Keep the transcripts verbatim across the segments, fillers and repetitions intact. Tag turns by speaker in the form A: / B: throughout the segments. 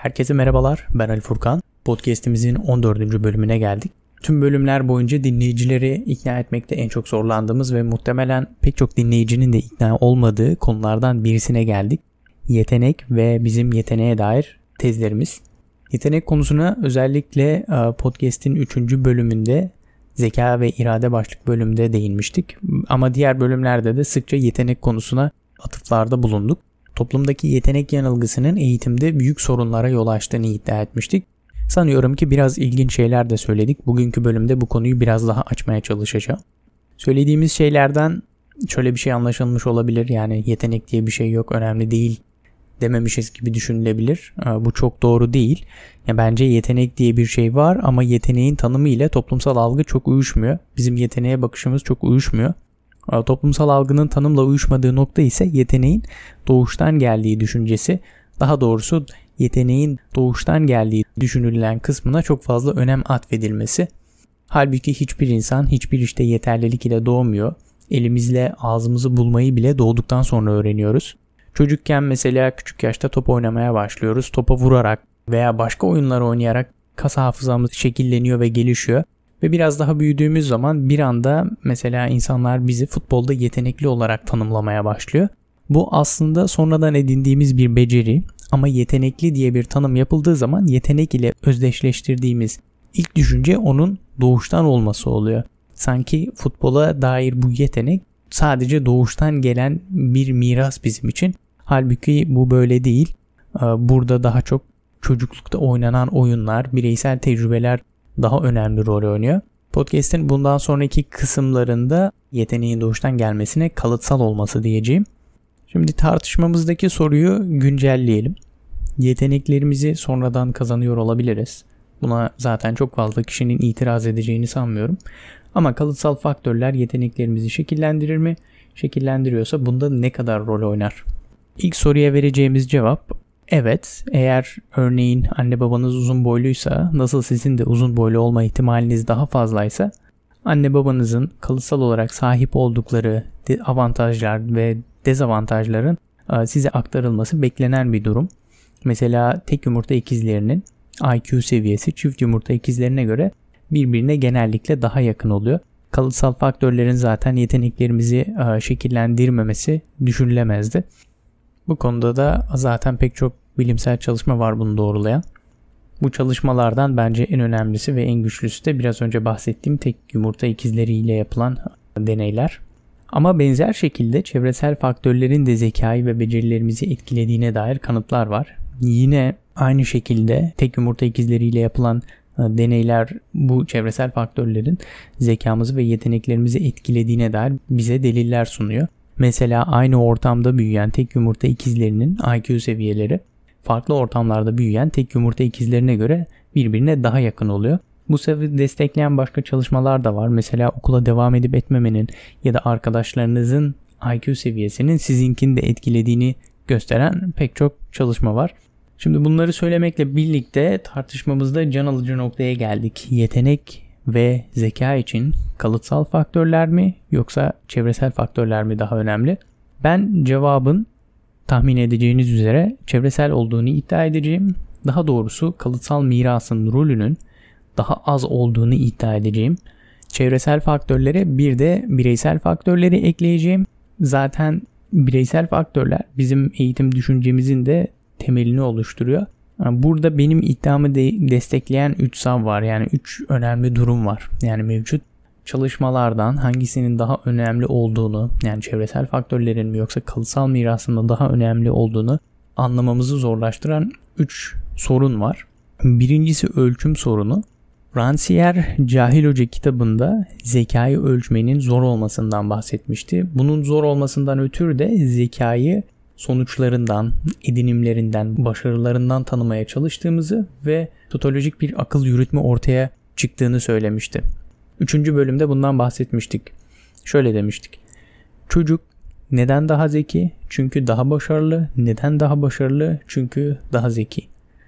A: Herkese merhabalar, ben Ali Furkan. Podcast'imizin on dördüncü bölümüne geldik. Tüm bölümler boyunca dinleyicileri ikna etmekte en çok zorlandığımız ve muhtemelen pek çok dinleyicinin de ikna olmadığı konulardan birisine geldik. Yetenek ve bizim yeteneğe dair tezlerimiz. Yetenek konusuna özellikle podcast'in üçüncü bölümünde zeka ve irade başlık bölümünde değinmiştik. Ama diğer bölümlerde de sıkça yetenek konusuna atıflarda bulunduk. Toplumdaki yetenek yanılgısının eğitimde büyük sorunlara yol açtığını iddia etmiştik. Sanıyorum ki biraz ilginç şeyler de söyledik. Bugünkü bölümde bu konuyu biraz daha açmaya çalışacağım. Söylediğimiz şeylerden şöyle bir şey anlaşılmış olabilir. Yani yetenek diye bir şey yok, önemli değil dememişiz gibi düşünülebilir. Bu çok doğru değil. Yani bence yetenek diye bir şey var ama yeteneğin tanımı ile toplumsal algı çok uyuşmuyor. Bizim yeteneğe bakışımız çok uyuşmuyor. Toplumsal algının tanımla uyuşmadığı nokta ise yeteneğin doğuştan geldiği düşüncesi. Daha doğrusu yeteneğin doğuştan geldiği düşünülen kısmına çok fazla önem atfedilmesi. Halbuki hiçbir insan hiçbir işte yeterlilik ile doğmuyor. Elimizle ağzımızı bulmayı bile doğduktan sonra öğreniyoruz. Çocukken mesela küçük yaşta top oynamaya başlıyoruz. Topa vurarak veya başka oyunlar oynayarak kas hafızamız şekilleniyor ve gelişiyor. Ve biraz daha büyüdüğümüz zaman bir anda mesela insanlar bizi futbolda yetenekli olarak tanımlamaya başlıyor. Bu aslında sonradan edindiğimiz bir beceri ama yetenekli diye bir tanım yapıldığı zaman yetenek ile özdeşleştirdiğimiz ilk düşünce onun doğuştan olması oluyor. Sanki futbola dair bu yetenek sadece doğuştan gelen bir miras bizim için. Halbuki bu böyle değil. Burada daha çok çocuklukta oynanan oyunlar, bireysel tecrübeler daha önemli rol oynuyor. Podcast'in bundan sonraki kısımlarında yeteneğin doğuştan gelmesine kalıtsal olması diyeceğim. Şimdi tartışmamızdaki soruyu güncelleyelim. Yeteneklerimizi sonradan kazanıyor olabiliriz. Buna zaten çok fazla kişinin itiraz edeceğini sanmıyorum. Ama kalıtsal faktörler yeteneklerimizi şekillendirir mi? Şekillendiriyorsa bunda ne kadar rol oynar? İlk soruya vereceğimiz cevap evet. Eğer örneğin anne babanız uzun boyluysa, nasıl sizin de uzun boylu olma ihtimaliniz daha fazlaysa, anne babanızın kalıtsal olarak sahip oldukları avantajlar ve dezavantajların size aktarılması beklenen bir durum. Mesela tek yumurta ikizlerinin I Q seviyesi çift yumurta ikizlerine göre birbirine genellikle daha yakın oluyor. Kalıtsal faktörlerin zaten yeteneklerimizi şekillendirmemesi düşünülemezdi. Bu konuda da zaten pek çok bilimsel çalışma var bunu doğrulayan. Bu çalışmalardan bence en önemlisi ve en güçlüsü de biraz önce bahsettiğim tek yumurta ikizleriyle yapılan deneyler. Ama benzer şekilde çevresel faktörlerin de zekayı ve becerilerimizi etkilediğine dair kanıtlar var. Yine aynı şekilde tek yumurta ikizleriyle yapılan deneyler bu çevresel faktörlerin zekamızı ve yeteneklerimizi etkilediğine dair bize deliller sunuyor. Mesela aynı ortamda büyüyen tek yumurta ikizlerinin I Q seviyeleri farklı ortamlarda büyüyen tek yumurta ikizlerine göre birbirine daha yakın oluyor. Bu sebebi destekleyen başka çalışmalar da var. Mesela okula devam edip etmemenin ya da arkadaşlarınızın I Q seviyesinin sizinkini de etkilediğini gösteren pek çok çalışma var. Şimdi bunları söylemekle birlikte tartışmamızda can alıcı noktaya geldik. Yetenek ve zeka için kalıtsal faktörler mi yoksa çevresel faktörler mi daha önemli? Ben cevabın tahmin edeceğiniz üzere çevresel olduğunu iddia edeceğim. Daha doğrusu kalıtsal mirasın rolünün daha az olduğunu iddia edeceğim. Çevresel faktörlere bir de bireysel faktörleri ekleyeceğim. Zaten bireysel faktörler bizim eğitim düşüncemizin de temelini oluşturuyor. Burada benim iddiamı de destekleyen üç sav var. Yani üç önemli durum var. Yani mevcut çalışmalardan hangisinin daha önemli olduğunu, yani çevresel faktörlerin mi yoksa kalıtsal mirasın mı daha önemli olduğunu anlamamızı zorlaştıran üç sorun var. Birincisi ölçüm sorunu. Rancière Cahil Hoca kitabında zekayı ölçmenin zor olmasından bahsetmişti. Bunun zor olmasından ötürü de zekayı sonuçlarından, edinimlerinden, başarılarından tanımaya çalıştığımızı ve totolojik bir akıl yürütme ortaya çıktığını söylemişti. Üçüncü bölümde bundan bahsetmiştik. Şöyle demiştik. Çocuk neden daha zeki? Çünkü daha başarılı. Neden daha başarılı? Çünkü daha zeki.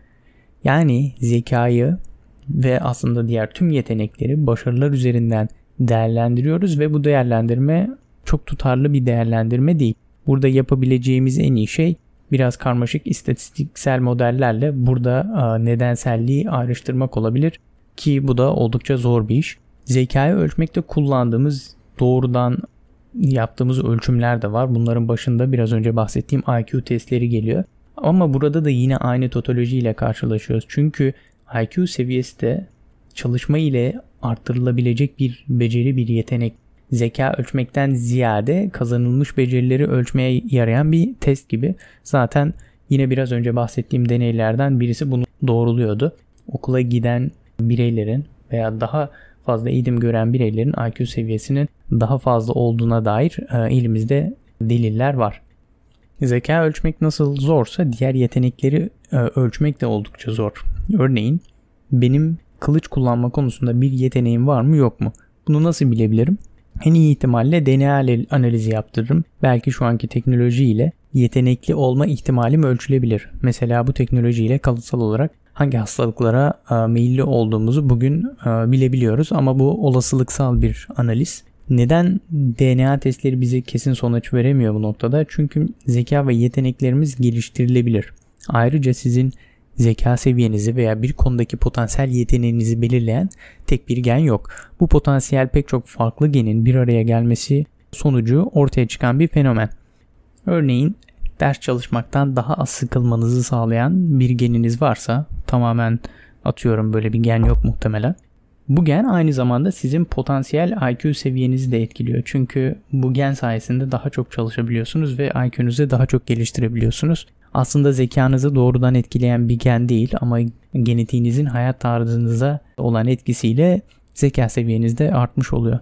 A: Yani zekayı ve aslında diğer tüm yetenekleri başarılar üzerinden değerlendiriyoruz ve bu değerlendirme çok tutarlı bir değerlendirme değil. Burada yapabileceğimiz en iyi şey biraz karmaşık istatistiksel modellerle burada nedenselliği ayrıştırmak olabilir ki bu da oldukça zor bir iş. Zekayı ölçmekte kullandığımız doğrudan yaptığımız ölçümler de var. Bunların başında biraz önce bahsettiğim I Q testleri geliyor. Ama burada da yine aynı topolojiyle karşılaşıyoruz. Çünkü I Q seviyesi de çalışma ile arttırılabilecek bir beceri, bir yetenek. Zeka ölçmekten ziyade kazanılmış becerileri ölçmeye yarayan bir test gibi. Zaten yine biraz önce bahsettiğim deneylerden birisi bunu doğruluyordu. Okula giden bireylerin veya daha fazla eğitim gören bireylerin I Q seviyesinin daha fazla olduğuna dair elimizde deliller var. Zeka ölçmek nasıl zorsa diğer yetenekleri ölçmek de oldukça zor. Örneğin benim kılıç kullanma konusunda bir yeteneğim var mı yok mu? Bunu nasıl bilebilirim? En iyi ihtimalle D N A analizi yaptırırım. Belki şu anki teknolojiyle yetenekli olma ihtimalim ölçülebilir. Mesela bu teknolojiyle kalıtsal olarak hangi hastalıklara meyilli olduğumuzu bugün bilebiliyoruz ama bu olasılıksal bir analiz. Neden D N A testleri bize kesin sonuç veremiyor bu noktada? Çünkü zeka ve yeteneklerimiz geliştirilebilir. Ayrıca sizin zeka seviyenizi veya bir konudaki potansiyel yeteneğinizi belirleyen tek bir gen yok. Bu potansiyel pek çok farklı genin bir araya gelmesi sonucu ortaya çıkan bir fenomen. Örneğin ders çalışmaktan daha az sıkılmanızı sağlayan bir geniniz varsa, tamamen atıyorum böyle bir gen yok muhtemelen. Bu gen aynı zamanda sizin potansiyel I Q seviyenizi de etkiliyor. Çünkü bu gen sayesinde daha çok çalışabiliyorsunuz ve I Q'nuzu daha çok geliştirebiliyorsunuz. Aslında zekanızı doğrudan etkileyen bir gen değil ama genetiğinizin hayat tarzınıza olan etkisiyle zeka seviyeniz de artmış oluyor.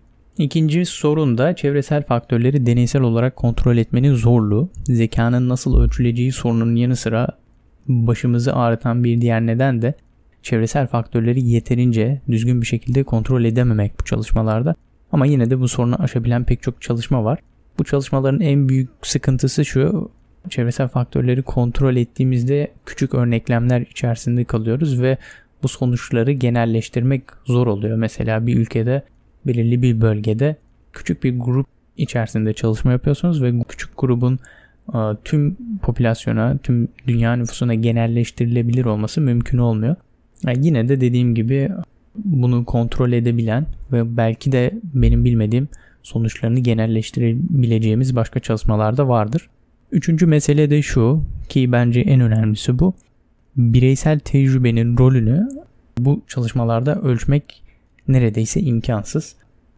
A: İkinci sorun da çevresel faktörleri deneysel olarak kontrol etmenin zorluğu. Zekanın nasıl ölçüleceği sorunun yanı sıra başımızı ağrıtan bir diğer neden de çevresel faktörleri yeterince düzgün bir şekilde kontrol edememek bu çalışmalarda. Ama yine de bu sorunu aşabilen pek çok çalışma var. Bu çalışmaların en büyük sıkıntısı şu: çevresel faktörleri kontrol ettiğimizde küçük örneklemler içerisinde kalıyoruz ve bu sonuçları genelleştirmek zor oluyor. Mesela bir ülkede, belirli bir bölgede küçük bir grup içerisinde çalışma yapıyorsunuz ve bu küçük grubun tüm popülasyona, tüm dünya nüfusuna genelleştirilebilir olması mümkün olmuyor. Yani yine de dediğim gibi bunu kontrol edebilen ve belki de benim bilmediğim sonuçlarını genelleştirebileceğimiz başka çalışmalar da vardır. Üçüncü mesele de şu ki bence en önemlisi bu: bireysel tecrübenin rolünü bu çalışmalarda ölçmek neredeyse imkansız.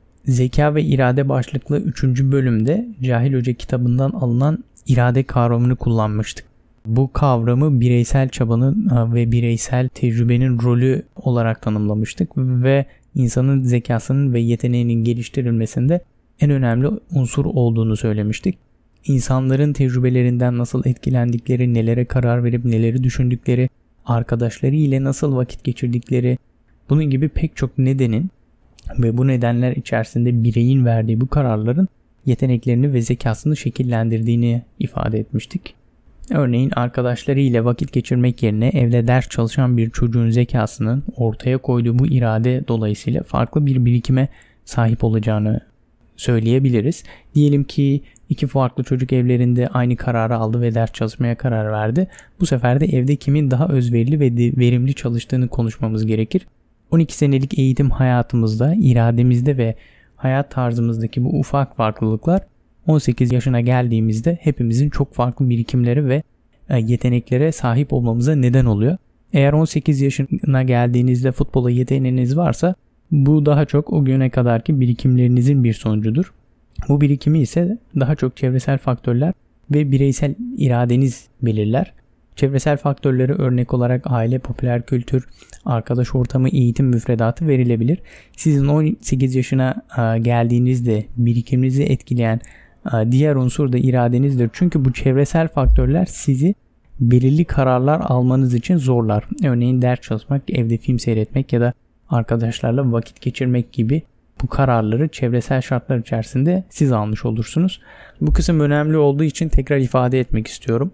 A: Zeka ve irade başlıklı üçüncü bölümde Cahil Hoca kitabından alınan irade kavramını kullanmıştık. Bu kavramı bireysel çabanın ve bireysel tecrübenin rolü olarak tanımlamıştık ve insanın zekasının ve yeteneğinin geliştirilmesinde en önemli unsur olduğunu söylemiştik. İnsanların tecrübelerinden nasıl etkilendikleri, nelere karar verip neleri düşündükleri, arkadaşları ile nasıl vakit geçirdikleri, bunun gibi pek çok nedenin ve bu nedenler içerisinde bireyin verdiği bu kararların yeteneklerini ve zekasını şekillendirdiğini ifade etmiştik. Örneğin arkadaşları ile vakit geçirmek yerine evde ders çalışan bir çocuğun zekasının ortaya koyduğu bu irade dolayısıyla farklı bir birikime sahip olacağını söyleyebiliriz. Diyelim ki iki farklı çocuk evlerinde aynı kararı aldı ve ders çalışmaya karar verdi. Bu sefer de evde kimin daha özverili ve verimli çalıştığını konuşmamız gerekir. on iki senelik eğitim hayatımızda, irademizde ve hayat tarzımızdaki bu ufak farklılıklar on sekiz yaşına geldiğimizde hepimizin çok farklı birikimlere ve yeteneklere sahip olmamıza neden oluyor. Eğer on sekiz yaşına geldiğinizde futbola yeteneğiniz varsa bu daha çok o güne kadarki birikimlerinizin bir sonucudur. Bu birikimi ise daha çok çevresel faktörler ve bireysel iradeniz belirler. Çevresel faktörleri örnek olarak aile, popüler kültür, arkadaş ortamı, eğitim müfredatı verilebilir. Sizin on sekiz yaşına geldiğinizde birikiminizi etkileyen diğer unsur da iradenizdir. Çünkü bu çevresel faktörler sizi belirli kararlar almanız için zorlar. Örneğin ders çalışmak, evde film seyretmek ya da arkadaşlarla vakit geçirmek gibi bu kararları çevresel şartlar içerisinde siz almış olursunuz. Bu kısım önemli olduğu için tekrar ifade etmek istiyorum.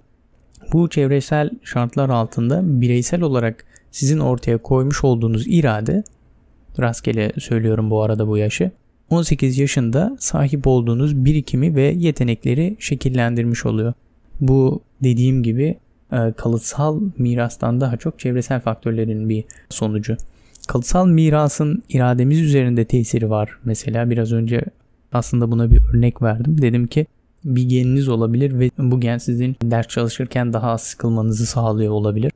A: Bu çevresel şartlar altında bireysel olarak sizin ortaya koymuş olduğunuz irade, rastgele söylüyorum bu arada bu yaşı, on sekiz yaşında sahip olduğunuz birikimi ve yetenekleri şekillendirmiş oluyor. Bu dediğim gibi kalıtsal mirastan daha çok çevresel faktörlerin bir sonucu. Kalıtsal mirasın irademiz üzerinde tesiri var. Mesela biraz önce aslında buna bir örnek verdim. Dedim ki bir geniniz olabilir ve bu gen sizin ders çalışırken daha az sıkılmanızı sağlıyor olabilir.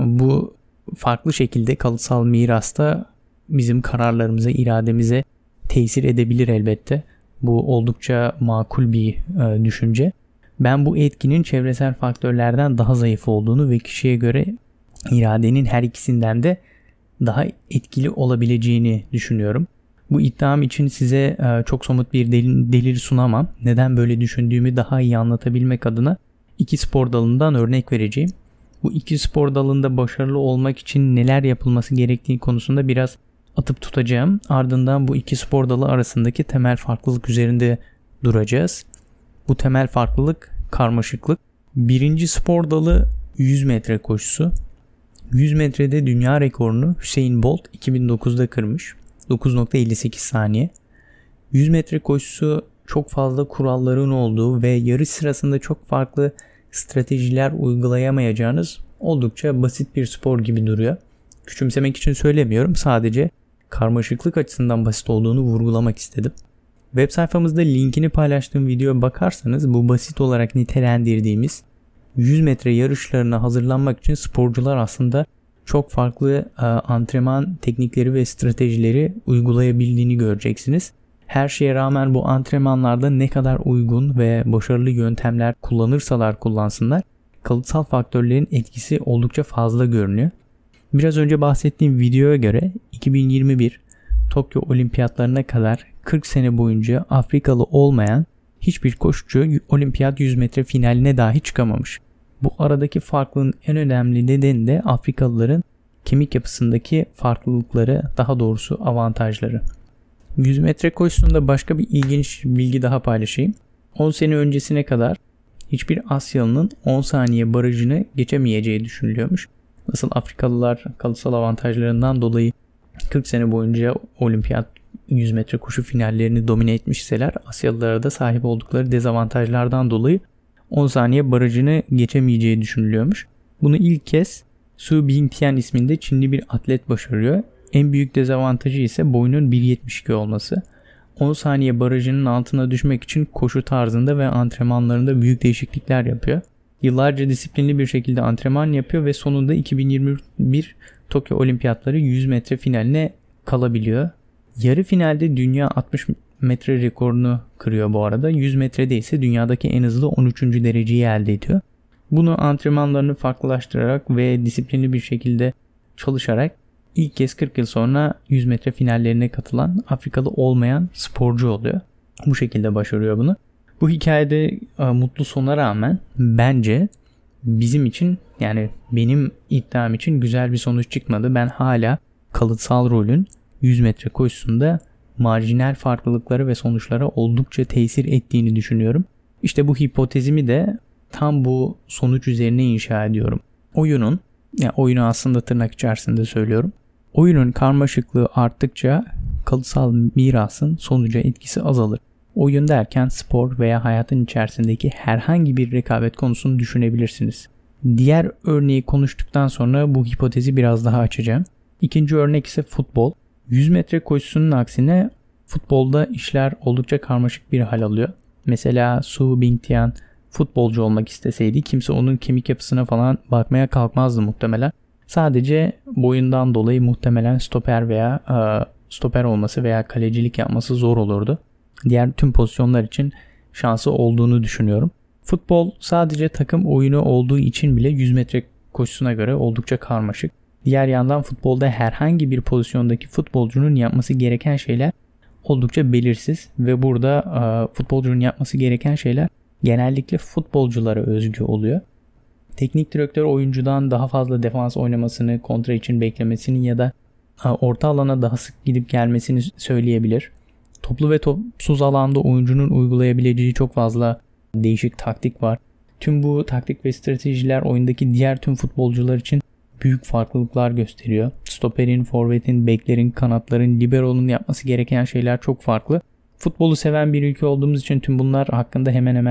A: Bu farklı şekilde kalıtsal mirasta bizim kararlarımıza, irademize tesir edebilir elbette. Bu oldukça makul bir e, düşünce. Ben bu etkinin çevresel faktörlerden daha zayıf olduğunu ve kişiye göre iradenin her ikisinden de daha etkili olabileceğini düşünüyorum. Bu iddiam için size e, çok somut bir delil, delil sunamam. Neden böyle düşündüğümü daha iyi anlatabilmek adına iki spor dalından örnek vereceğim. Bu iki spor dalında başarılı olmak için neler yapılması gerektiği konusunda biraz atıp tutacağım. Ardından bu iki spor dalı arasındaki temel farklılık üzerinde duracağız. Bu temel farklılık karmaşıklık. Birinci spor dalı yüz metre koşusu. yüz metrede dünya rekorunu Usain Bolt iki bin dokuzda kırmış. dokuz nokta elli sekiz saniye. yüz metre koşusu çok fazla kuralların olduğu ve yarış sırasında çok farklı stratejiler uygulayamayacağınız oldukça basit bir spor gibi duruyor. Küçümsemek için söylemiyorum. Sadece karmaşıklık açısından basit olduğunu vurgulamak istedim. Web sayfamızda linkini paylaştığım videoya bakarsanız bu basit olarak nitelendirdiğimiz yüz metre yarışlarına hazırlanmak için sporcular aslında çok farklı e, antrenman teknikleri ve stratejileri uygulayabildiğini göreceksiniz. Her şeye rağmen bu antrenmanlarda ne kadar uygun ve başarılı yöntemler kullanırsalar kullansınlar, kalıtsal faktörlerin etkisi oldukça fazla görünüyor. Biraz önce bahsettiğim videoya göre iki bin yirmi bir Tokyo Olimpiyatlarına kadar kırk sene boyunca Afrikalı olmayan hiçbir koşucu olimpiyat yüz metre finaline dahi çıkamamış. Bu aradaki farklılığın en önemli nedeni de Afrikalıların kemik yapısındaki farklılıkları, daha doğrusu avantajları. yüz metre koşusunda başka bir ilginç bilgi daha paylaşayım. on sene öncesine kadar hiçbir Asyalı'nın on saniye barajını geçemeyeceği düşünülüyormuş. Nasıl Afrikalılar kalıtsal avantajlarından dolayı kırk sene boyunca olimpiyat yüz metre koşu finallerini domine etmişseler, Asyalılara da sahip oldukları dezavantajlardan dolayı on saniye barajını geçemeyeceği düşünülüyormuş. Bunu ilk kez Su Bingtian isminde Çinli bir atlet başarıyor. En büyük dezavantajı ise boyunun bir yetmiş iki olması. on saniye barajının altına düşmek için koşu tarzında ve antrenmanlarında büyük değişiklikler yapıyor. Yıllarca disiplinli bir şekilde antrenman yapıyor ve sonunda iki bin yirmi bir Tokyo Olimpiyatları yüz metre finaline kalabiliyor. Yarı finalde dünya altmış metre rekorunu kırıyor bu arada. yüz metrede ise dünyadaki en hızlı on üçüncü dereceyi elde ediyor. Bunu antrenmanlarını farklılaştırarak ve disiplinli bir şekilde çalışarak ilk kez kırk yıl sonra yüz metre finallerine katılan Afrikalı olmayan sporcu oluyor. Bu şekilde başarıyor bunu. Bu hikayede mutlu sona rağmen bence bizim için, yani benim iddiam için güzel bir sonuç çıkmadı. Ben hala kalıtsal rolün yüz metre koşusunda marjinal farklılıkları ve sonuçlara oldukça tesir ettiğini düşünüyorum. İşte bu hipotezimi de tam bu sonuç üzerine inşa ediyorum. Oyunun, yani oyunu aslında tırnak içerisinde söylüyorum. Oyunun karmaşıklığı arttıkça kalıtsal mirasın sonuca etkisi azalır. Oyun derken spor veya hayatın içerisindeki herhangi bir rekabet konusunu düşünebilirsiniz. Diğer örneği konuştuktan sonra bu hipotezi biraz daha açacağım. İkinci örnek ise futbol. yüz metre koşusunun aksine futbolda işler oldukça karmaşık bir hal alıyor. Mesela Su Bingtian futbolcu olmak isteseydi kimse onun kemik yapısına falan bakmaya kalkmazdı muhtemelen. Sadece boyundan dolayı muhtemelen stoper veya e, stoper olması veya kalecilik yapması zor olurdu. Diğer tüm pozisyonlar için şansı olduğunu düşünüyorum. Futbol sadece takım oyunu olduğu için bile yüz metre koşusuna göre oldukça karmaşık. Diğer yandan futbolda herhangi bir pozisyondaki futbolcunun yapması gereken şeyler oldukça belirsiz ve burada e, futbolcunun yapması gereken şeyler genellikle futbolculara özgü oluyor. Teknik direktör oyuncudan daha fazla defans oynamasını, kontra için beklemesini ya da e, orta alana daha sık gidip gelmesini söyleyebilir. Toplu ve topsuz alanda oyuncunun uygulayabileceği çok fazla değişik taktik var. Tüm bu taktik ve stratejiler oyundaki diğer tüm futbolcular için büyük farklılıklar gösteriyor. Stoperin, forvetin, beklerin, kanatların, libero'nun yapması gereken şeyler çok farklı. Futbolu seven bir ülke olduğumuz için tüm bunlar hakkında hemen hemen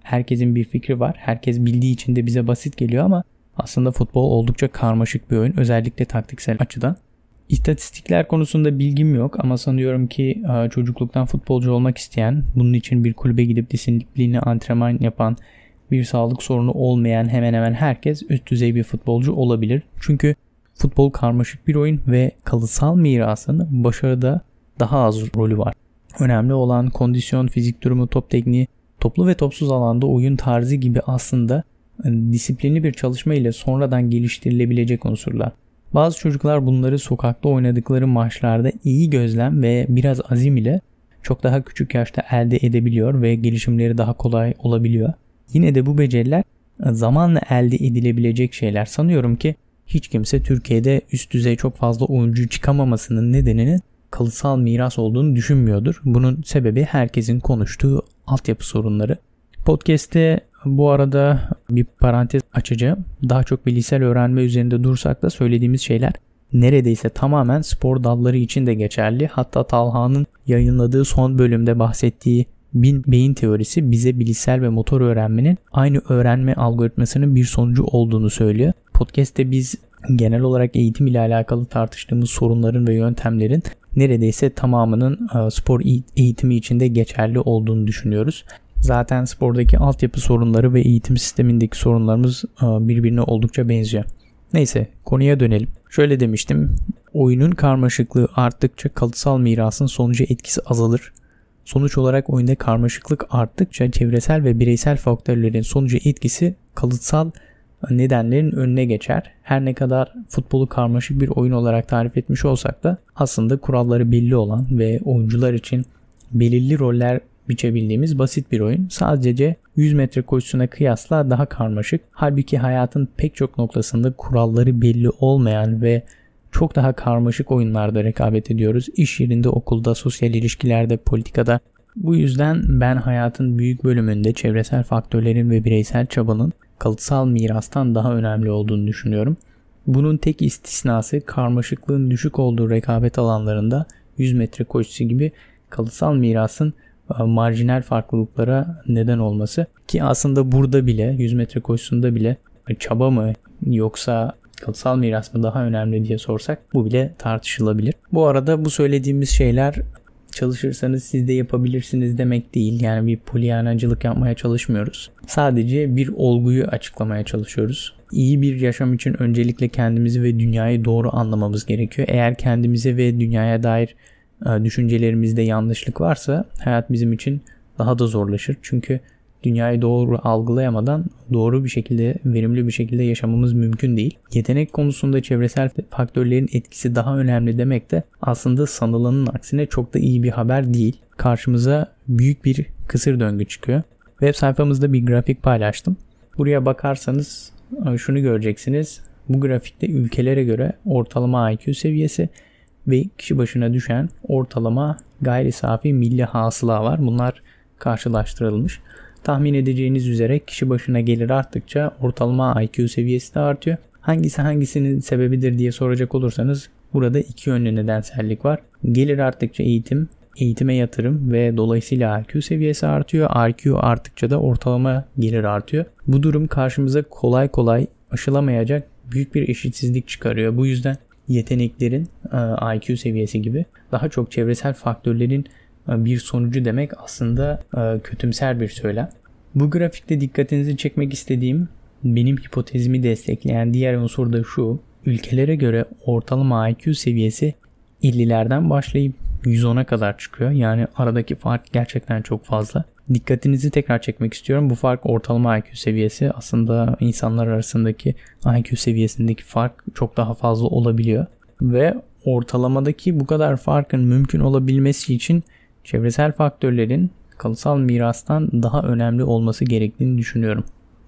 A: Herkesin bir fikri var. Herkes bildiği için de bize basit geliyor ama aslında futbol oldukça karmaşık bir oyun. Özellikle taktiksel açıdan. İstatistikler konusunda bilgim yok ama sanıyorum ki çocukluktan futbolcu olmak isteyen, bunun için bir kulübe gidip disiplinli antrenman yapan, bir sağlık sorunu olmayan hemen hemen herkes üst düzey bir futbolcu olabilir. Çünkü futbol karmaşık bir oyun ve kalıtsal mirasın başarıda daha az rolü var. Önemli olan kondisyon, fizik durumu, top tekniği, toplu ve topsuz alanda oyun tarzı gibi aslında disiplinli bir çalışma ile sonradan geliştirilebilecek unsurlar. Bazı çocuklar bunları sokakta oynadıkları maçlarda iyi gözlem ve biraz azim ile çok daha küçük yaşta elde edebiliyor ve gelişimleri daha kolay olabiliyor. Yine de bu beceriler zamanla elde edilebilecek şeyler. Sanıyorum ki hiç kimse Türkiye'de üst düzey çok fazla oyuncu çıkamamasının nedeninin kalıtsal miras olduğunu düşünmüyordur. Bunun sebebi herkesin konuştuğu altyapı sorunları. Podcast'te bu arada bir parantez açacağım. Daha çok bilgisayar öğrenme üzerinde dursak da söylediğimiz şeyler neredeyse tamamen spor dalları için de geçerli. Hatta Talha'nın yayınladığı son bölümde bahsettiği bin beyin teorisi bize bilişsel ve motor öğrenmenin aynı öğrenme algoritmasının bir sonucu olduğunu söylüyor. Podcast'te biz genel olarak eğitim ile alakalı tartıştığımız sorunların ve yöntemlerin neredeyse tamamının spor eğitimi için de geçerli olduğunu düşünüyoruz. Zaten spordaki altyapı sorunları ve eğitim sistemindeki sorunlarımız birbirine oldukça benziyor. Neyse, konuya dönelim. Şöyle demiştim. Oyunun karmaşıklığı arttıkça kalıtsal mirasın sonucu etkisi azalır. Sonuç olarak oyunda karmaşıklık arttıkça çevresel ve bireysel faktörlerin sonucu etkisi kalıtsal nedenlerin önüne geçer. Her ne kadar futbolu karmaşık bir oyun olarak tarif etmiş olsak da aslında kuralları belli olan ve oyuncular için belirli roller biçebildiğimiz basit bir oyun. Sadece yüz metre koşusuna kıyasla daha karmaşık. Halbuki hayatın pek çok noktasında kuralları belli olmayan ve çok daha karmaşık oyunlarda rekabet ediyoruz. İş yerinde, okulda, sosyal ilişkilerde, politikada. Bu yüzden ben hayatın büyük bölümünde çevresel faktörlerin ve bireysel çabanın kalıtsal mirastan daha önemli olduğunu düşünüyorum. Bunun tek istisnası karmaşıklığın düşük olduğu rekabet alanlarında yüz metre koşusu gibi kalıtsal mirasın marjinal farklılıklara neden olması. Ki aslında burada bile, yüz metre koşusunda bile çaba mı yoksa kalıtsal miras mı daha önemli diye sorsak bu bile tartışılabilir. Bu arada bu söylediğimiz şeyler çalışırsanız siz de yapabilirsiniz demek değil. Yani bir polyanacılık yapmaya çalışmıyoruz. Sadece bir olguyu açıklamaya çalışıyoruz. İyi bir yaşam için öncelikle kendimizi ve dünyayı doğru anlamamız gerekiyor. Eğer kendimize ve dünyaya dair düşüncelerimizde yanlışlık varsa hayat bizim için daha da zorlaşır. Çünkü dünyayı doğru algılayamadan doğru bir şekilde, verimli bir şekilde yaşamamız mümkün değil. Yetenek konusunda çevresel faktörlerin etkisi daha önemli demek de aslında sanılanın aksine çok da iyi bir haber değil. Karşımıza büyük bir kısır döngü çıkıyor. Web sayfamızda bir grafik paylaştım. Buraya bakarsanız şunu göreceksiniz. Bu grafikte ülkelere göre ortalama I Q seviyesi ve kişi başına düşen ortalama gayri safi milli hasıla var. Bunlar karşılaştırılmış. Tahmin edeceğiniz üzere kişi başına gelir arttıkça ortalama I Q seviyesi de artıyor. Hangisi hangisinin sebebidir diye soracak olursanız burada iki yönlü nedensellik var. Gelir arttıkça eğitim, eğitime yatırım ve dolayısıyla I Q seviyesi artıyor. I Q arttıkça da ortalama gelir artıyor. Bu durum karşımıza kolay kolay aşılamayacak büyük bir eşitsizlik çıkarıyor. Bu yüzden yeteneklerin I Q seviyesi gibi daha çok çevresel faktörlerin bir sonucu demek aslında kötümser bir söylem. Bu grafikte dikkatinizi çekmek istediğim, benim hipotezimi destekleyen diğer unsur da şu: ülkelere göre ortalama I Q seviyesi ellilerden başlayıp yüz ona kadar çıkıyor. Yani aradaki fark gerçekten çok fazla. Dikkatinizi tekrar çekmek istiyorum. Bu fark ortalama I Q seviyesi. Aslında insanlar arasındaki I Q seviyesindeki fark çok daha fazla olabiliyor. Ve ortalamadaki bu kadar farkın mümkün olabilmesi için çevresel faktörlerin kalıtsal mirastan daha önemli olması gerektiğini düşünüyorum.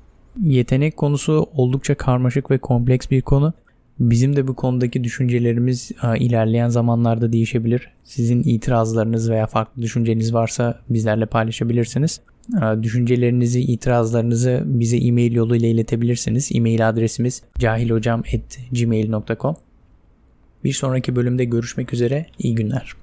A: Yetenek konusu oldukça karmaşık ve kompleks bir konu. Bizim de bu konudaki düşüncelerimiz ilerleyen zamanlarda değişebilir. Sizin itirazlarınız veya farklı düşünceniz varsa bizlerle paylaşabilirsiniz. Düşüncelerinizi, itirazlarınızı bize e-mail yoluyla iletebilirsiniz. E-mail adresimiz cahilhocam at gmail nokta com. Bir sonraki bölümde görüşmek üzere. İyi günler.